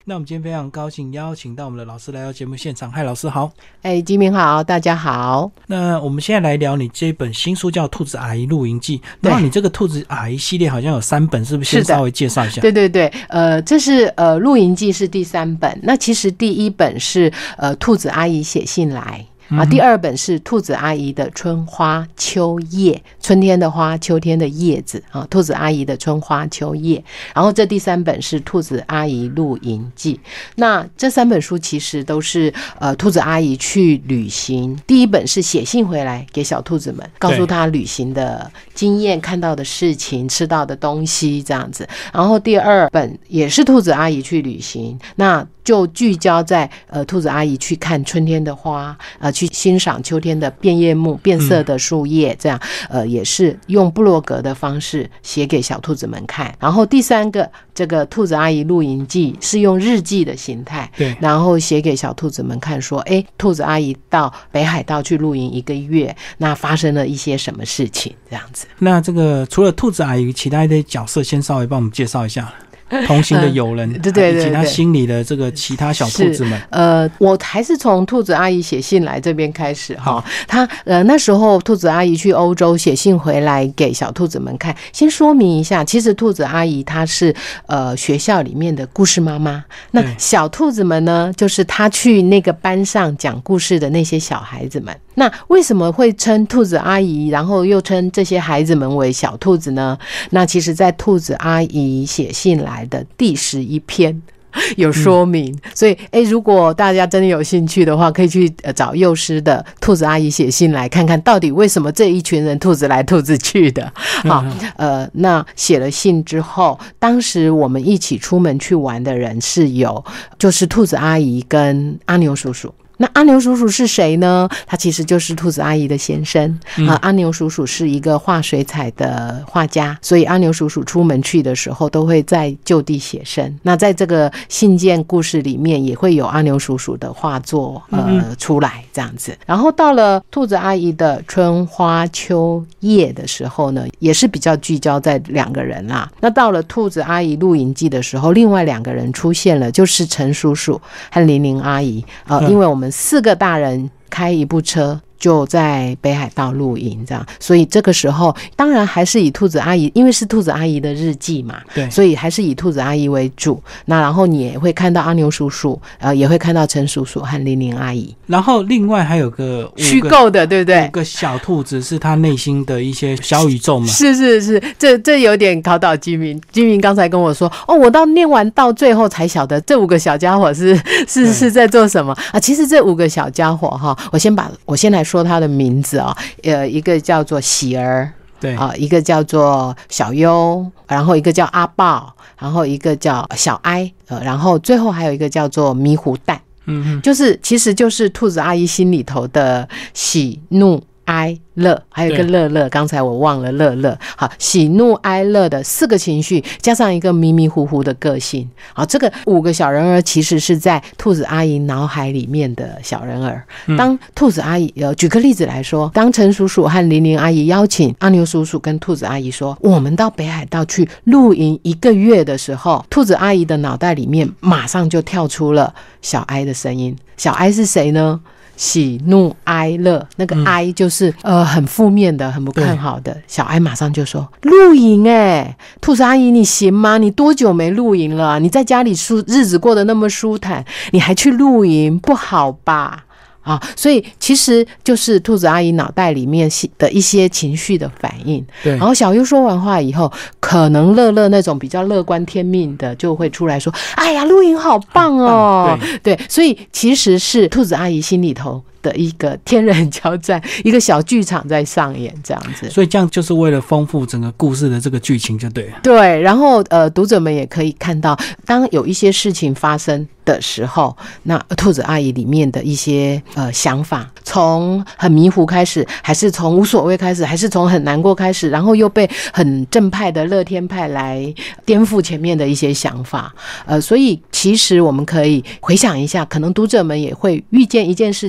那我们今天非常高兴邀请到我们的老师来到节目现场。嗨，老师好。 吉明好，大家好。 那我们现在来聊你这本新书叫《兔子阿姨露营记》，然后你这个兔子阿姨系列好像有3本，是不是先稍微介绍一下？ 对对对，这是露营记是第3本，那其实第1本是兔子阿姨写信来。第2本是兔子阿姨的春花秋叶，春天的花，秋天的叶子啊，兔子阿姨的春花秋叶。然后这第3本是兔子阿姨露营记。那这3本书其实都是兔子阿姨去旅行。第1本是写信回来给小兔子们，告诉他旅行的经验、看到的事情、吃到的东西这样子。然后第2本也是兔子阿姨去旅行，那就聚焦在兔子阿姨去看春天的花，去欣赏秋天的变叶木、变色的树叶，这样也是用部落格的方式写给小兔子们看。然后第3个这个兔子阿姨露营记是用日记的形态， 对， 然后写给小兔子们看说，兔子阿姨到北海道去露营1个月，那发生了一些什么事情这样子。 那这个除了兔子阿姨，其他的角色先稍微帮我们介绍一下。同行的友人， 对， 以及他心里的这个其他小兔子们。 我还是从兔子阿姨写信来这边开始哈。他那时候兔子阿姨去欧洲写信回来给小兔子们看。先说明一下，其实兔子阿姨她是学校里面的故事妈妈。那小兔子们呢，就是她去那个班上讲故事的那些小孩子们。那为什么会称兔子阿姨，然后又称这些孩子们为小兔子呢？那其实在兔子阿姨写信来的第11篇有说明，所以如果大家真的有兴趣的话，可以去找幼师的兔子阿姨写信来看看，到底为什么这一群人兔子来兔子去的。好，那写了信之后，当时我们一起出门去玩的人是有，就是兔子阿姨跟阿牛叔叔。那阿牛叔叔是谁呢？他其实就是兔子阿姨的先生。阿牛叔叔是一个画水彩的画家，所以阿牛叔叔出门去的时候都会在就地写生。那在这个信件故事里面也会有阿牛叔叔的画作出来这样子。然后到了兔子阿姨的春花秋叶的时候呢，也是比较聚焦在2个人啦。那到了兔子阿姨露营记的时候，另外2个人出现了，就是陈叔叔和玲玲阿姨。因为我们4个大人开一部车就在北海道露营这样，所以这个时候当然还是以兔子阿姨，因为是兔子阿姨的日记嘛，对，所以还是以兔子阿姨为主。那然后你也会看到阿牛叔叔，也会看到陈叔叔和玲玲阿姨。然后另外还有个虚构的，对不对？5 个小兔子是他内心的一些小宇宙嘛？ 是，这有点考倒基民。基民刚才跟我说，我念完到最后才晓得这5个小家伙是在做什么啊？其实这5个小家伙哈，我先来说他的名字啊，一个叫做喜儿，对啊，一个叫做小优，然后一个叫阿豹，然后一个叫小哀，然后最后还有一个叫做迷糊蛋。其实就是兔子阿姨心里头的喜怒哀乐，还有一个乐乐，刚才我忘了乐乐。好，喜怒哀乐的4个情绪，加上一个迷迷糊糊的个性。好，这个5个小人儿其实是在兔子阿姨脑海里面的小人儿。当兔子阿姨举个例子来说，当陈叔叔和玲玲阿姨邀请阿牛叔叔跟兔子阿姨说，我们到北海道去露营1个月的时候，兔子阿姨的脑袋里面马上就跳出了小哀的声音。小哀是谁呢？喜怒哀乐，那个哀就是很负面的，很不看好的。小哀马上就说露营兔子阿姨你行吗？你多久没露营了？你在家里日子过得那么舒坦，你还去露营，不好吧？所以其实就是兔子阿姨脑袋里面的一些情绪的反应。对，然后小优说完话以后，可能乐乐那种比较乐观天命的就会出来说，哎呀，露营好棒哦。对，所以其实是兔子阿姨心里头的一个天人交战，一个小剧场在上演这样子。 所以这样就是为了丰富整个故事的这个剧情就对了。 对，然后读者们也可以看到，当有一些事情发生的时候，那兔子阿姨里面的一些想法，从很迷糊开始，还是从无所谓开始，还是从很难过开始，然后又被很正派的乐天派来颠覆前面的一些想法。所以其实我们可以回想一下，可能读者们也会遇见一件事情的时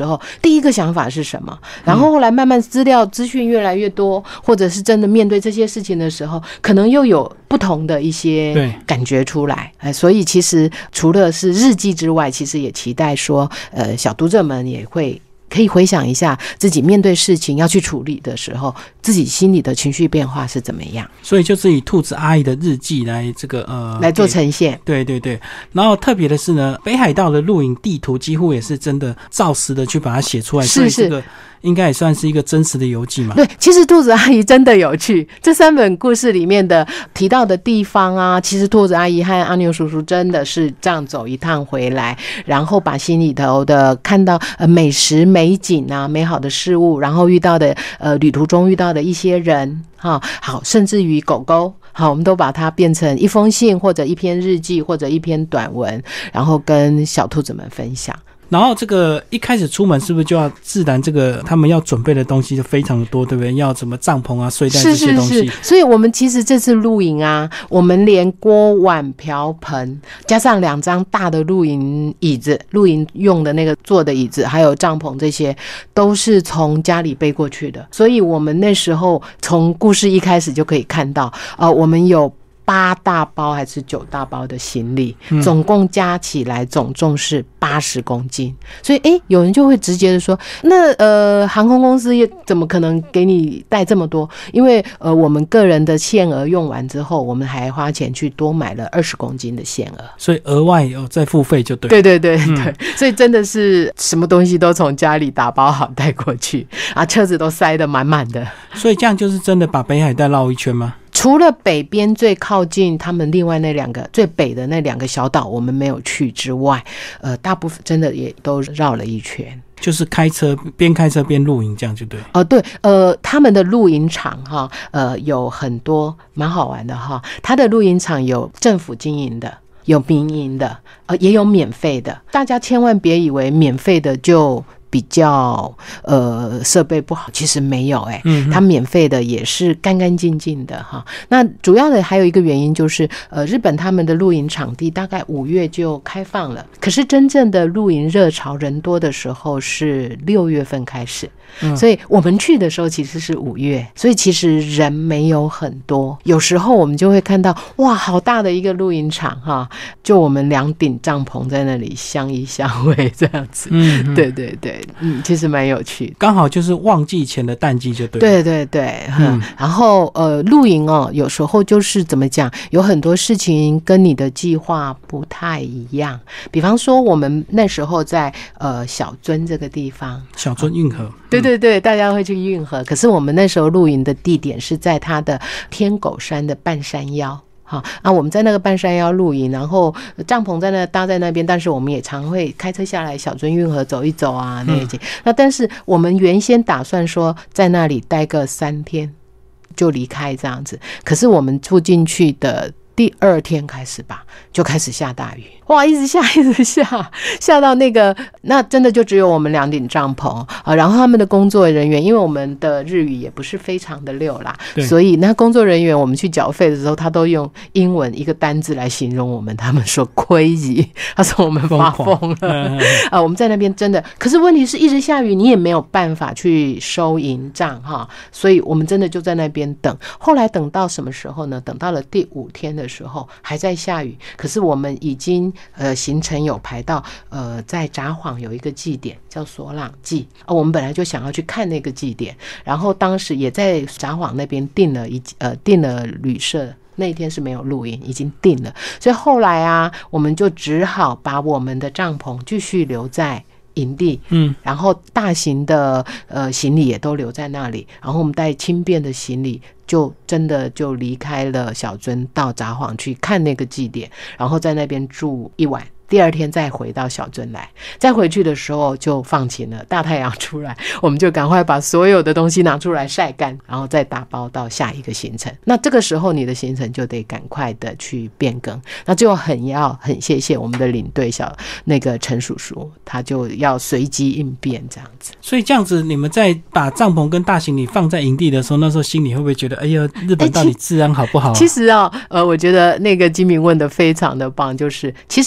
候，第一个想法是什么？然后后来慢慢资讯越来越多，或者是真的面对这些事情的时候，可能又有不同的一些感觉出来。所以其实除了是日记之外，其实也期待说，小读者们也可以回想一下自己面对事情要去处理的时候，自己心里的情绪变化是怎么样。 所以就是以兔子阿姨的日记来来做呈现。 对对对。然后特别的是呢，北海道的露营地图几乎也是真的照实的去把它写出来，所以这个应该也算是一个真实的游记嘛。 对，其实兔子阿姨真的有趣，这3本故事里面的提到的地方啊，其实兔子阿姨和阿牛叔叔真的是这样走一趟回来，然后把心里头的看到美食美景啊，美好的事物，然后遇到的旅途中遇到的一些人好，甚至于狗狗，好，我们都把它变成一封信或者一篇日记或者一篇短文，然后跟小兔子们分享。 然后这个一开始出门是不是就要自然这个他们要准备的东西就非常的多，对不对？要什么帐篷啊、睡袋这些东西。 是。所以我们其实这次露营啊，我们连锅碗瓢盆加上2张大的露营椅子，露营用的那个坐的椅子，还有帐篷，这些都是从家里背过去的。所以我们那时候从故事一开始就可以看到，我们有8大包还是9大包的行李，总共加起来总重是80公斤。所以有人就会直接的说，那航空公司也怎么可能给你带这么多？因为我们个人的限额用完之后，我们还花钱去多买了20公斤的限额， 所以额外有再付费就对。 对，所以真的是什么东西都从家里打包好带过去啊，车子都塞得满满的。 所以这样就是真的把北海道绕一圈吗？ 除了北边最靠近他们另外那2个最北的那2个小岛我们没有去之外，大部分真的也都绕了一圈， 就是边开车边露营这样就对。 对，他们的露营场哈，有很多蛮好玩的哈。他的露营场有政府经营的，有民营的，也有免费的。大家千万别以为免费的就比较设备不好，其实没有它免费的也是干干净净的哈。那主要的还有一个原因就是日本他们的露营场地大概5月就开放了，可是真正的露营热潮人多的时候是6月份开始，所以我们去的时候其实是5月，所以其实人没有很多。有时候我们就会看到哇，好大的一个露营场哈，就我们2顶帐篷在那里相依相偎这样子。对对对，其实蛮有趣的， 刚好就是旺季前的淡季就对了。 对，然后露营有时候就是怎么讲，有很多事情跟你的计划不太一样。比方说我们那时候在小樽这个地方， 小樽运河。 对，大家会去运河，可是我们那时候露营的地点是在它的天狗山的半山腰。好我们在那个半山腰露营，然后帐篷在那搭在那边，但是我们也常会开车下来小樽运河走一走啊那一些。那但是我们原先打算说在那里待个3天就离开这样子，可是我们住进去的第2天开始吧，就开始下大雨，哇，一直下到那真的就只有我们2顶帐篷然后他们的工作人员，因为我们的日语也不是非常的溜啦，所以那工作人员我们去缴费的时候，他都用英文一个单字来形容我们，他们说 crazy， 他说我们发疯了我们在那边真的，可是问题是一直下雨，你也没有办法去收营帐所以我们真的就在那边等。后来等到什么时候呢？等到了第5天的时候还在下雨，可是我们已经行程有排到在札幌有一个祭典叫索朗祭我们本来就想要去看那个祭典，然后当时也在札幌那边订了旅社，那一天是没有露营，已经订了，所以后来我们就只好把我们的帐篷继续留在营地，然后大型的行李也都留在那里，然后我们带轻便的行李就真的就离开了小樽，到札幌去看那个祭典，然后在那边住1晚，第2天再回到小樽来。再回去的时候就放晴了，大太阳出来，我们就赶快把所有的东西拿出来晒干，然后再打包到下一个行程。那这个时候你的行程就得赶快的去变更，那就很谢谢我们的领队陈叔叔，他就要随机应变这样子。 所以这样子你们在把帐篷跟大行李放在营地的时候，那时候心里会不会觉得哎呀，日本到底治安好不好其实我觉得那个金明问的非常的棒，就是其实这个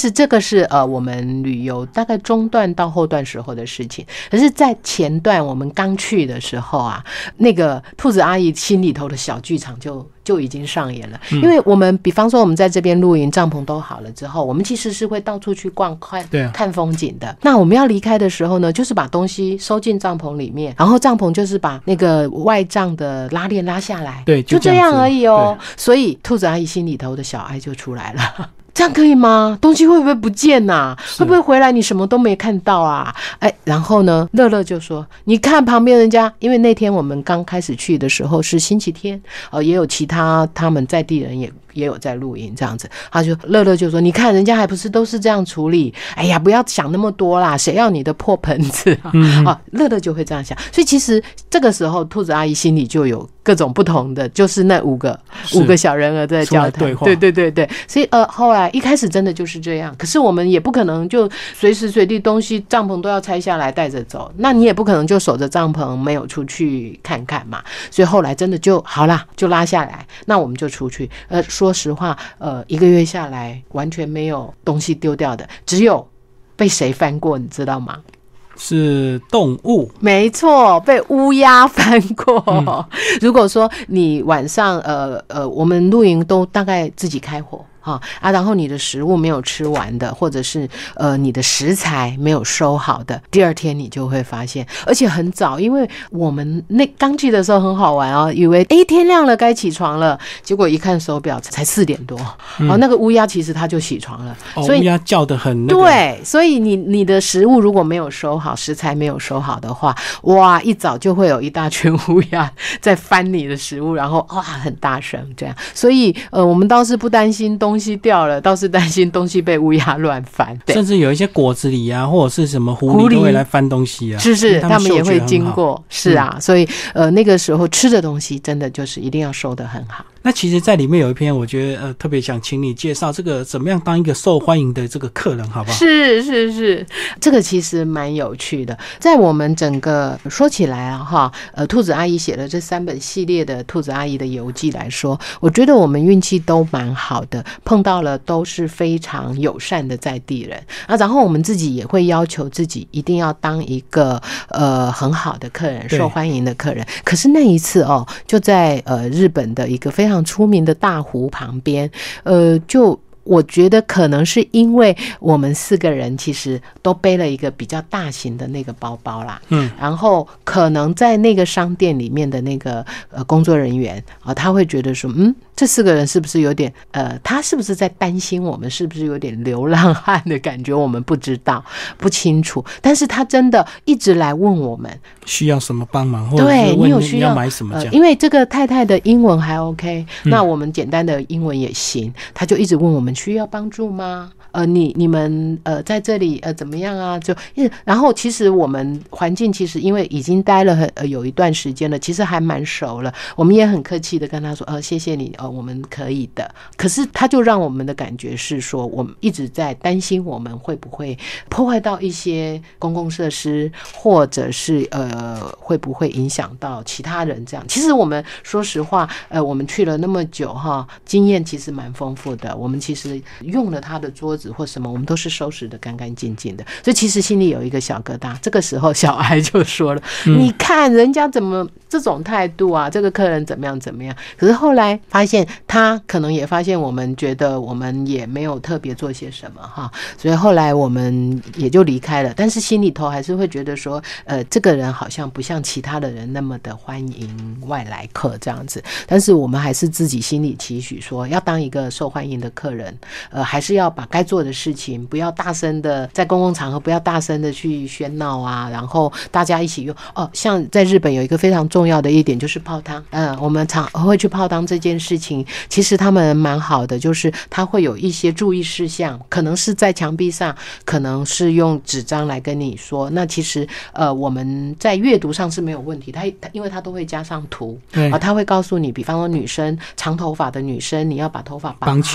是我们旅游大概中段到后段时候的事情。可是在前段我们刚去的时候啊，那个兔子阿姨心里头的小剧场就已经上演了。因为我们比方说我们在这边露营，帐篷都好了之后，我们其实是会到处去逛看风景的。那我们要离开的时候呢，就是把东西收进帐篷里面，然后帐篷就是把那个外帐的拉链拉下来， 对， 就这样而已哦。所以兔子阿姨心里头的小爱就出来了。这样可以吗？东西会不会不见啊？会不会回来你什么都没看到啊？然后呢，乐乐就说，你看旁边人家，因为那天我们刚开始去的时候是星期天，也有其他他们在地人也有在露营这样子。乐乐就说，你看人家还不是都是这样处理，哎呀，不要想那么多啦，谁要你的破盆子啊？乐乐就会这样想。所以其实这个时候兔子阿姨心里就有各种不同的，就是那五个小人儿在交谈，对。所以后来一开始真的就是这样，可是我们也不可能就随时随地东西帐篷都要拆下来带着走，那你也不可能就守着帐篷没有出去看看嘛。所以后来真的就好啦，就拉下来，那我们就出去。说实话，1个月下来完全没有东西丢掉的，只有被谁翻过，你知道吗？ 是动物，没错，被乌鸦翻过。如果说你晚上我们露营都大概自己开火然后你的食物没有吃完的，或者是你的食材没有收好的，第二天你就会发现，而且很早，因为我们刚去的时候很好玩哦，以为天亮了该起床了，结果一看手表才4点多，那个乌鸦其实它就起床了，所以乌鸦叫得很对，所以你的食物如果没有收好，食材没有收好的话，哇，一早就会有一大群乌鸦在翻你的食物，然后很大声这样，所以我们倒是不担心东西掉了，倒是担心东西被乌鸦乱翻， 甚至有一些果子狸啊，或者是什么狐狸都会来翻东西啊， 是他们也会经过，是啊，所以那个时候吃的东西真的就是一定要收得很好。 那其实在里面有一篇我觉得特别想请你介绍这个怎么样当一个受欢迎的这个客人好不好？ 是，这个其实蛮有趣的。在我们整个说起来兔子阿姨写的这3本系列的兔子阿姨的游记来说，我觉得我们运气都蛮好的，碰到了都是非常友善的在地人然后我们自己也会要求自己一定要当一个很好的客人，受欢迎的客人。可是那一次就在日本的一个非常出名的大湖旁边，就我觉得可能是因为我们4个人其实都背了一个比较大型的那个包包啦，然后可能在那个商店里面的那个工作人员他会觉得说这4个人是不是有点他是不是在担心我们是不是有点流浪汉的感觉，我们不知道不清楚，但是他真的一直来问我们需要什么帮忙，或者是问你要买什么因为这个太太的英文还 OK，那我们简单的英文也行，他就一直问我们需要帮助吗？你们在这里怎么样啊？然后其实我们环境其实因为已经待了有一段时间了，其实还蛮熟了，我们也很客气的跟他说谢谢你我们可以的。可是他就让我们的感觉是说，我们一直在担心我们会不会破坏到一些公共设施，或者是会不会影响到其他人这样。其实我们说实话我们去了那么久经验其实蛮丰富的，我们其实用了他的桌子或什么，我们都是收拾的干干净净的，所以其实心里有一个小疙瘩。这个时候小孩就说了你看人家怎么这种态度啊，这个客人怎么样怎么样。可是后来发现他可能也发现我们觉得我们也没有特别做些什么所以后来我们也就离开了，但是心里头还是会觉得说这个人好像不像其他的人那么的欢迎外来客这样子。但是我们还是自己心里期许说，要当一个受欢迎的客人还是要把该做的事情不要大声的在公共场合不要大声的去喧闹然后大家一起用像在日本有一个非常重要的一点就是泡汤我们常会去泡汤这件事情，其实他们蛮好的，就是他会有一些注意事项，可能是在墙壁上，可能是用纸张来跟你说，那其实我们在阅读上是没有问题，他因为他都会加上图他会告诉你，比方说女生长头发的女生你要把头发绑起来，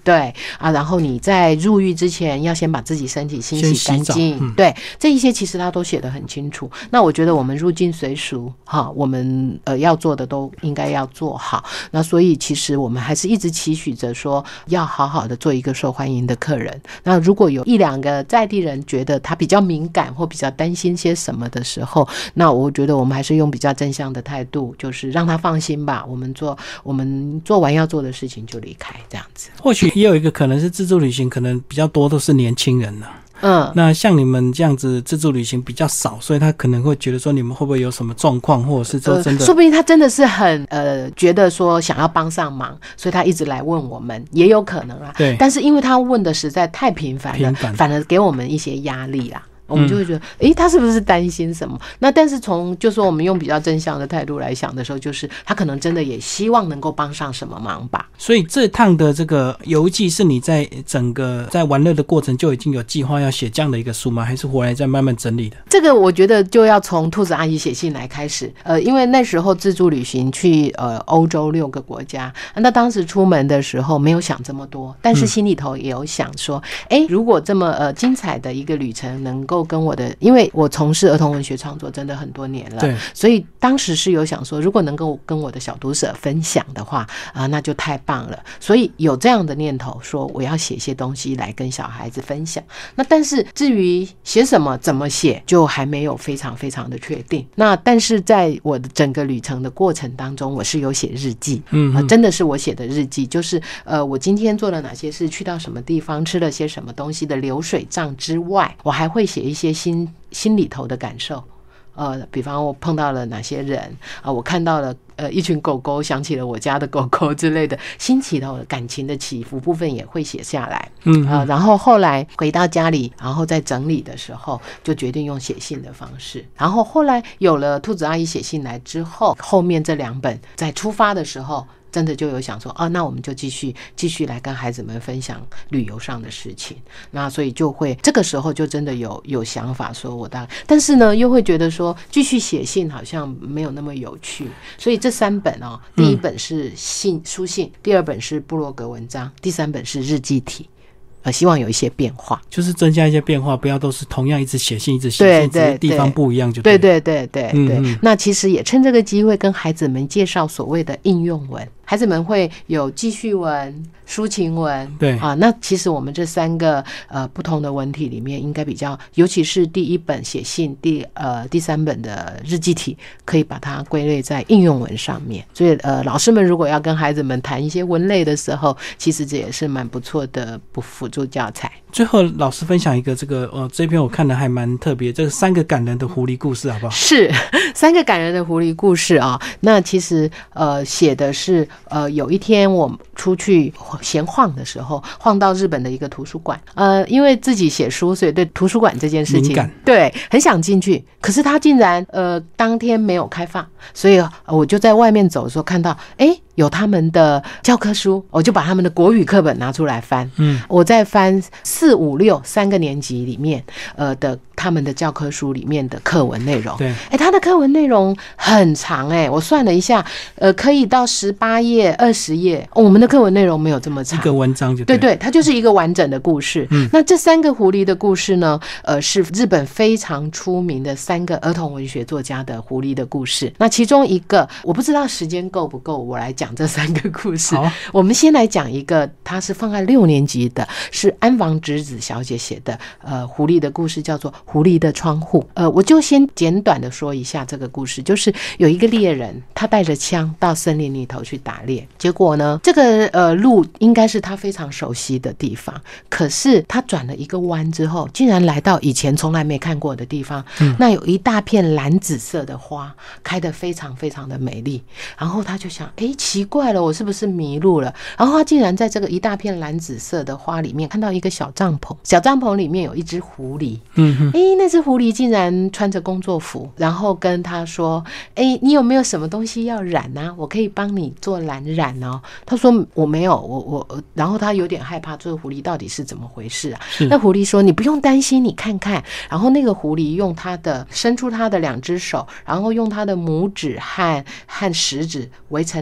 对啊，然后你在入浴之前要先把自己身体清洗干净，对，这一些其实他都写得很清楚。那我觉得我们入境随俗哈，我们要做的都应该要做好。那所以其实我们还是一直期许着说要好好的做一个受欢迎的客人。那如果有一两个在地人觉得他比较敏感或比较担心些什么的时候，那我觉得我们还是用比较正向的态度，就是让他放心吧，我们做完要做的事情就离开这样子。 或许也有一个可能是自助旅行可能比较多都是年轻人呢。那像你们这样子自助旅行比较少，所以他可能会觉得说你们会不会有什么状况，或者是说真的说不定他真的是很觉得说想要帮上忙，所以他一直来问我们，也有可能啦。 对， 但是因为他问的实在太频繁了，反而给我们一些压力啦。我们就会觉得他是不是担心什么？那但是就说我们用比较正向的态度来想的时候，就是他可能真的也希望能够帮上什么忙吧。 所以这趟的这个游记是你在整个在玩乐的过程就已经有计划要写这样的一个书吗？还是回来再慢慢整理的？ 这个我觉得就要从兔子阿姨写信来开始。因为那时候自助旅行去欧洲6个国家，那当时出门的时候没有想这么多，但是心里头也有想说，如果这么精彩的一个旅程能够跟我的，因为我从事儿童文学创作真的很多年了，对，所以当时是有想说，如果能够跟我的小读者分享的话那就太棒了。所以有这样的念头，说我要写一些东西来跟小孩子分享。那但是至于写什么、怎么写，就还没有非常非常的确定。那但是在我的整个旅程的过程当中，我是有写日记，真的是我写的日记，就是我今天做了哪些事，去到什么地方，吃了些什么东西的流水账之外，我还会写一些心里头的感受。比方我碰到了哪些人我看到了一群狗狗，想起了我家的狗狗之类的，心起头感情的起伏部分也会写下来。然后后来回到家里，然后在整理的时候就决定用写信的方式。然后后来有了兔子阿姨写信来之后，后面这2本在出发的时候真的就有想说那我们就继续来跟孩子们分享旅游上的事情。那所以就会这个时候就真的有想法说我但是呢又会觉得说继续写信好像没有那么有趣，所以这3本第一本是书信，第2本是部落格文章，第3本是日记体。希望有一些变化， 就是增加一些变化，不要都是同样一直写信一直写信，只是地方不一样就对。 对。那其实也趁这个机会跟孩子们介绍所谓的应用文，孩子们会有记叙文、抒情文，对那其实我们这3个不同的文体里面，应该比较，尤其是第1本写信，第3本的日记体，可以把它归类在应用文上面。所以老师们如果要跟孩子们谈一些文类的时候，其实这也是蛮不错的辅助教材。 最后老师分享一个这个这篇我看的还蛮特别，这个3个感人的狐狸故事好不好？ 是3个感人的狐狸故事那其实写的是有一天我出去闲晃的时候，晃到日本的一个图书馆，因为自己写书，所以对图书馆这件事情对很想进去，可是他竟然当天没有开放，所以我就在外面走的时候看到有他们的教科书，我就把他们的国语课本拿出来翻。我在翻4、5、6 3个年级里面的他们的教科书里面的课文内容。对，他的课文内容很长我算了一下，可以到18页、20页。我们的课文内容没有这么长， 一个文章就对，它就是一个完整的故事。那这3个狐狸的故事呢，是日本非常出名的3个儿童文学作家的狐狸的故事。那其中一个我不知道时间够不够，我来讲这3个故事。我们先来讲一个，它是放在6年级的，是安房直子小姐写的狐狸的故事，叫做狐狸的窗户。我就先简短的说一下这个故事，就是有一个猎人，他带着枪到森林里头去打猎，结果呢这个路应该是他非常熟悉的地方，可是他转了一个弯之后，竟然来到以前从来没看过的地方。那有一大片蓝紫色的花，开得非常非常的美丽。然后他就想奇怪了，我是不是迷路了？然后他竟然在这个一大片蓝紫色的花里面看到一个小帐篷，小帐篷里面有一只狐狸。那只狐狸竟然穿着工作服，然后跟他说你有没有什么东西要染啊？我可以帮你做蓝染哦。他说我没有，然后他有点害怕，这个狐狸到底是怎么回事啊？那狐狸说你不用担心，你看看。然后那个狐狸伸出他的2只手，然后用他的拇指和食指围成了一个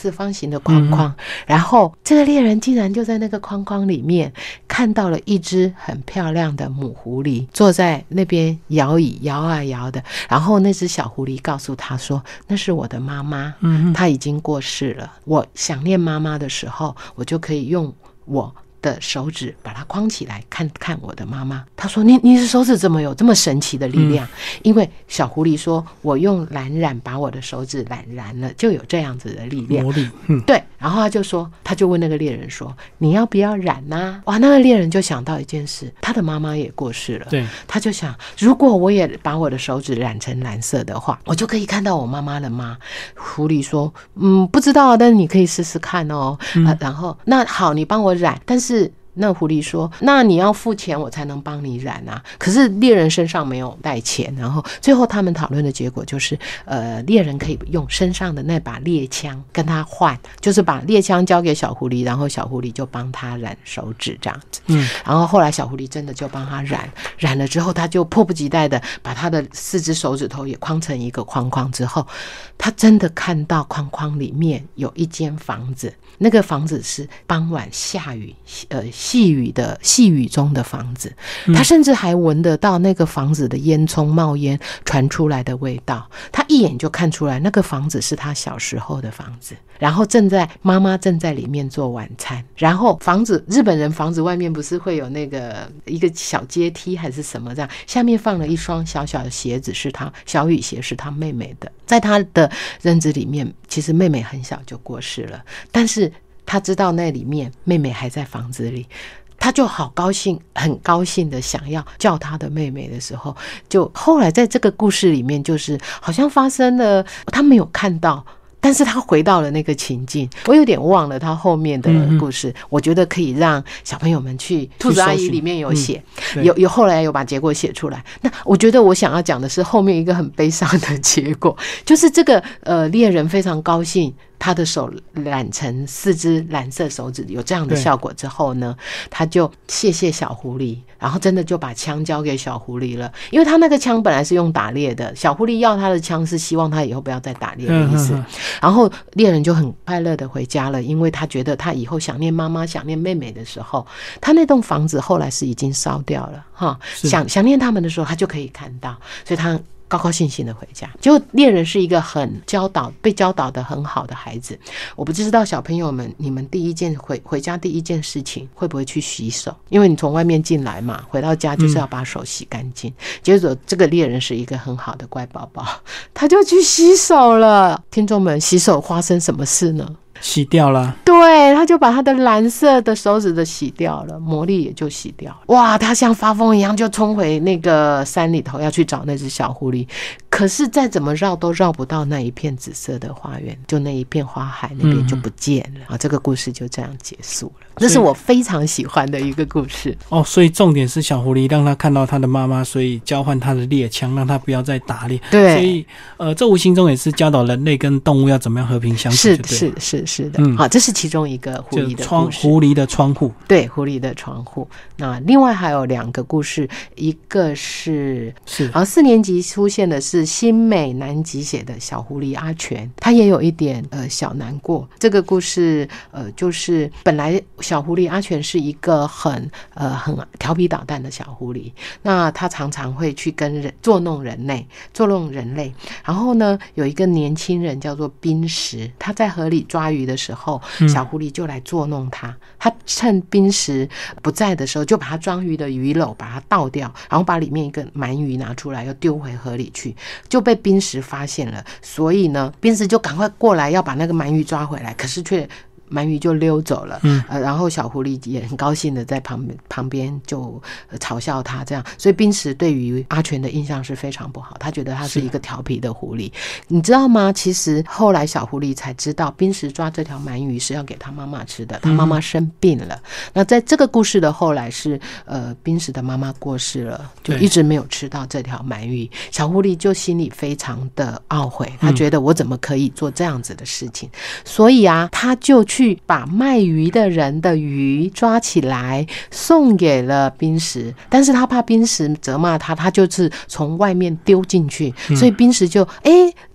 四方形的框框，然后这个猎人竟然就在那个框框里面看到了一只很漂亮的母狐狸坐在那边摇椅，摇啊摇的，然后那只小狐狸告诉他说，那是我的妈妈，她已经过世了，我想念妈妈的时候，我就可以用我的手指把它框起来，看看我的妈妈。他说你的手指怎么有这么神奇的力量？因为小狐狸说，我用蓝染把我的手指染了，就有这样子的力量。魔力，对。然后他就问那个猎人说，你要不要染啊？哇，那个猎人就想到一件事，他的妈妈也过世了，对，他就想，如果我也把我的手指染成蓝色的话，我就可以看到我妈妈了吗？狐狸说，不知道，但是你可以试试看哦。然后那好，你帮我染，但是那狐狸说，那你要付钱我才能帮你染啊。可是猎人身上没有带钱，然后最后他们讨论的结果就是猎人可以用身上的那把猎枪跟他换，就是把猎枪交给小狐狸，然后小狐狸就帮他染手指这样子。然后后来小狐狸真的就帮他染了之后，他就迫不及待的把他的4只手指头也框成一个框框之后，他真的看到框框里面有一间房子，那个房子是傍晚下雨细雨中的房子，他甚至还闻得到那个房子的烟囱冒烟传出来的味道，他一眼就看出来那个房子是他小时候的房子，然后妈妈正在里面做晚餐，然后日本人房子外面不是会有那个一个小阶梯还是什么这样，下面放了一双小小的鞋子，是他小雨鞋，是他妹妹的。在他的认知里面，其实妹妹很小就过世了，但是他知道那里面妹妹还在房子里，他就好高兴，很高兴的想要叫他的妹妹的时候，就后来在这个故事里面，就是好像发生了，他没有看到，但是他回到了那个情境，我有点忘了他后面的故事，我觉得可以让小朋友们去兔子阿姨里面有写，有后来有把结果写出来。那我觉得我想要讲的是后面一个很悲伤的结果，就是这个猎人非常高兴他的手染成4只蓝色手指有这样的效果之后呢，他就谢谢小狐狸，然后真的就把枪交给小狐狸了，因为他那个枪本来是用打猎的，小狐狸要他的枪是希望他以后不要再打猎的意思。然后猎人就很快乐的回家了，因为他觉得他以后想念妈妈想念妹妹的时候，他那栋房子后来是已经烧掉了哈，想念他们的时候他就可以看到，所以他高高兴兴的回家。结果猎人是一个被教导的很好的孩子，我不知道小朋友们你们回家第一件事情会不会去洗手，因为你从外面进来嘛，回到家就是要把手洗干净。接着这个猎人是一个很好的乖宝宝，他就去洗手了。听众们，洗手发生什么事呢？ 洗掉了， 对，他就把他的蓝色的手指的洗掉了，魔力也就洗掉了。哇，他像发疯一样就冲回那个山里头要去找那只小狐狸，可是再怎么绕都绕不到那一片紫色的花园，就那一片花海那边就不见了。这个故事就这样结束了。这是我非常喜欢的一个故事哦。所以重点是小狐狸让他看到他的妈妈，所以交换他的猎枪，让他不要再打猎。对，所以这无形中也是教导人类跟动物要怎么样和平相处。 是的，好，这是其中一个狐狸的故事。 狐狸的窗户， 对，狐狸的窗户。那另外还有2个故事，一个是4年级出现的是新美南吉写的小狐狸阿全，他也有一点小难过。这个故事就是本来小狐狸阿全是一个很调皮捣蛋的小狐狸，那他常常会去跟捉弄人类。然后呢，有一个年轻人叫做冰石，他在河里抓鱼的时候，小狐狸就来捉弄他。他趁冰石不在的时候，就把他装鱼的鱼篓把它倒掉，然后把里面一个鳗鱼拿出来，又丢回河里去，就被冰石发现了。所以呢，冰石就赶快过来要把那个鳗鱼抓回来，可是却鳗鱼就溜走了。然后小狐狸也很高兴的在旁边就嘲笑他这样，所以冰石对于阿全的印象是非常不好，他觉得他是一个调皮的狐狸。你知道吗？其实后来小狐狸才知道，冰石抓这条鳗鱼是要给他妈妈吃的，他妈妈生病了。那在这个故事的后来是冰石的妈妈过世了，就一直没有吃到这条鳗鱼。小狐狸就心里非常的懊悔，他觉得我怎么可以做这样子的事情，所以他就去把卖鱼的人的鱼抓起来送给了冰石，但是他怕冰石责骂他，他就是从外面丢进去，所以冰石就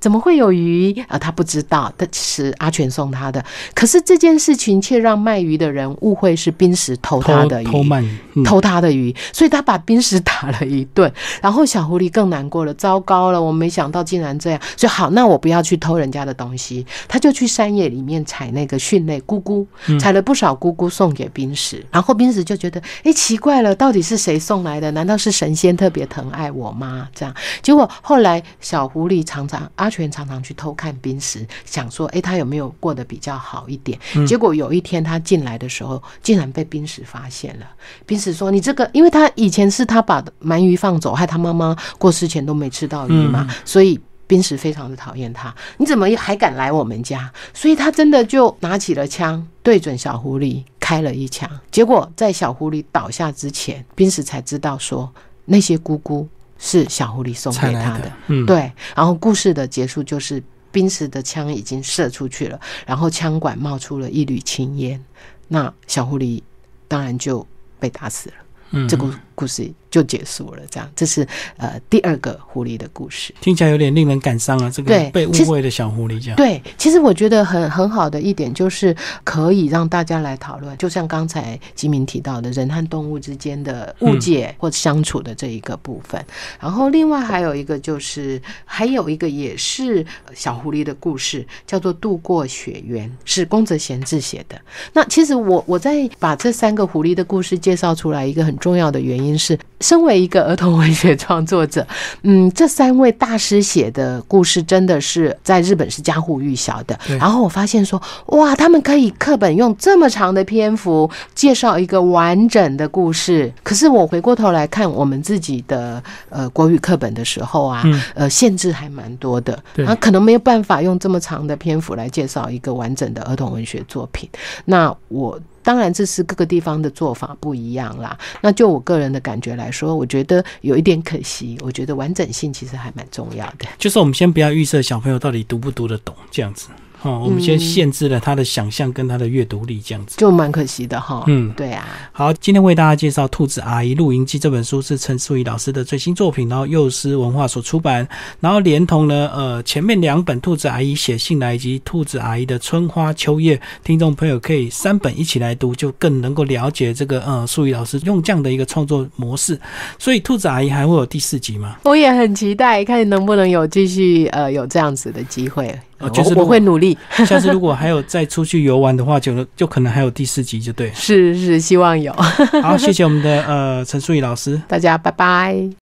怎么会有鱼他不知道，但是阿全送他的。可是这件事情却让卖鱼的人误会是宾时偷他的鱼，偷他的鱼，所以他把宾时打了一顿。然后小狐狸更难过了，糟糕了，我没想到竟然这样，所以好，那我不要去偷人家的东西，他就去山野里面采那个蕈类菇菇，采了不少菇菇送给宾时。然后宾时就觉得奇怪了，到底是谁送来的？难道是神仙特别疼爱我吗？这样，结果后来小狐狸阿全常常去偷看宾时，想说他有没有过得比较好一点。结果有一天他进来的时候，竟然被宾时发现了。宾时说：“你这个，因为他以前是他把鳗鱼放走，害他妈妈过世前都没吃到鱼嘛，所以宾时非常的讨厌他。你怎么还敢来我们家？所以他真的就拿起了枪，对准小狐狸开了一枪。结果在小狐狸倒下之前，宾时才知道说那些菇菇是小狐狸送给他的。对，然后故事的结束就是宾时的枪已经射出去了，然后枪管冒出了一缕青烟，那小狐狸当然就被打死了。这个故事就结束了。这样，这是第二个狐狸的故事。 听起来有点令人感伤啊，这个被误会的小狐狸这样。 对，其实我觉得很好的一点就是可以让大家来讨论，就像刚才吉明提到的人和动物之间的误解或相处的这一个部分。然后另外还有一个就是还有一个也是小狐狸的故事，叫做渡过雪原，是宫泽贤治写的。那其实我在把这3个狐狸的故事介绍出来，一个很重要的原因是，身为一个儿童文学创作者，这3位大师写的故事真的是在日本是家喻户晓的。然后我发现说，哇，他们可以课本用这么长的篇幅介绍一个完整的故事。可是我回过头来看我们自己的国语课本的时候啊，限制还蛮多的，可能没有办法用这么长的篇幅来介绍一个完整的儿童文学作品。那当然这是各个地方的做法不一样啦，那就我个人的感觉来说，我觉得有一点可惜，我觉得完整性其实还蛮重要的。 就是我们先不要预设小朋友到底读不读得懂这样子，我们先限制了他的想象跟他的阅读力，这样子就蛮可惜的哈。对啊。好， 今天为大家介绍《兔子阿姨露营记》这本书是陈淑仪老师的最新作品，然后幼师文化所出版，然后连同呢前面2本《兔子阿姨写信来》以及《兔子阿姨的春花秋叶》，听众朋友可以3本一起来读，就更能够了解这个淑仪老师用这样的一个创作模式。所以兔子阿姨还会有第4集吗？ 我也很期待看能不能有继续有这样子的机会。 就是我会努力。 下次如果还有再出去游玩的话，就可能还有第4集就对。 是，希望有。 好，谢谢我们的陈淑仪老师， 大家拜拜。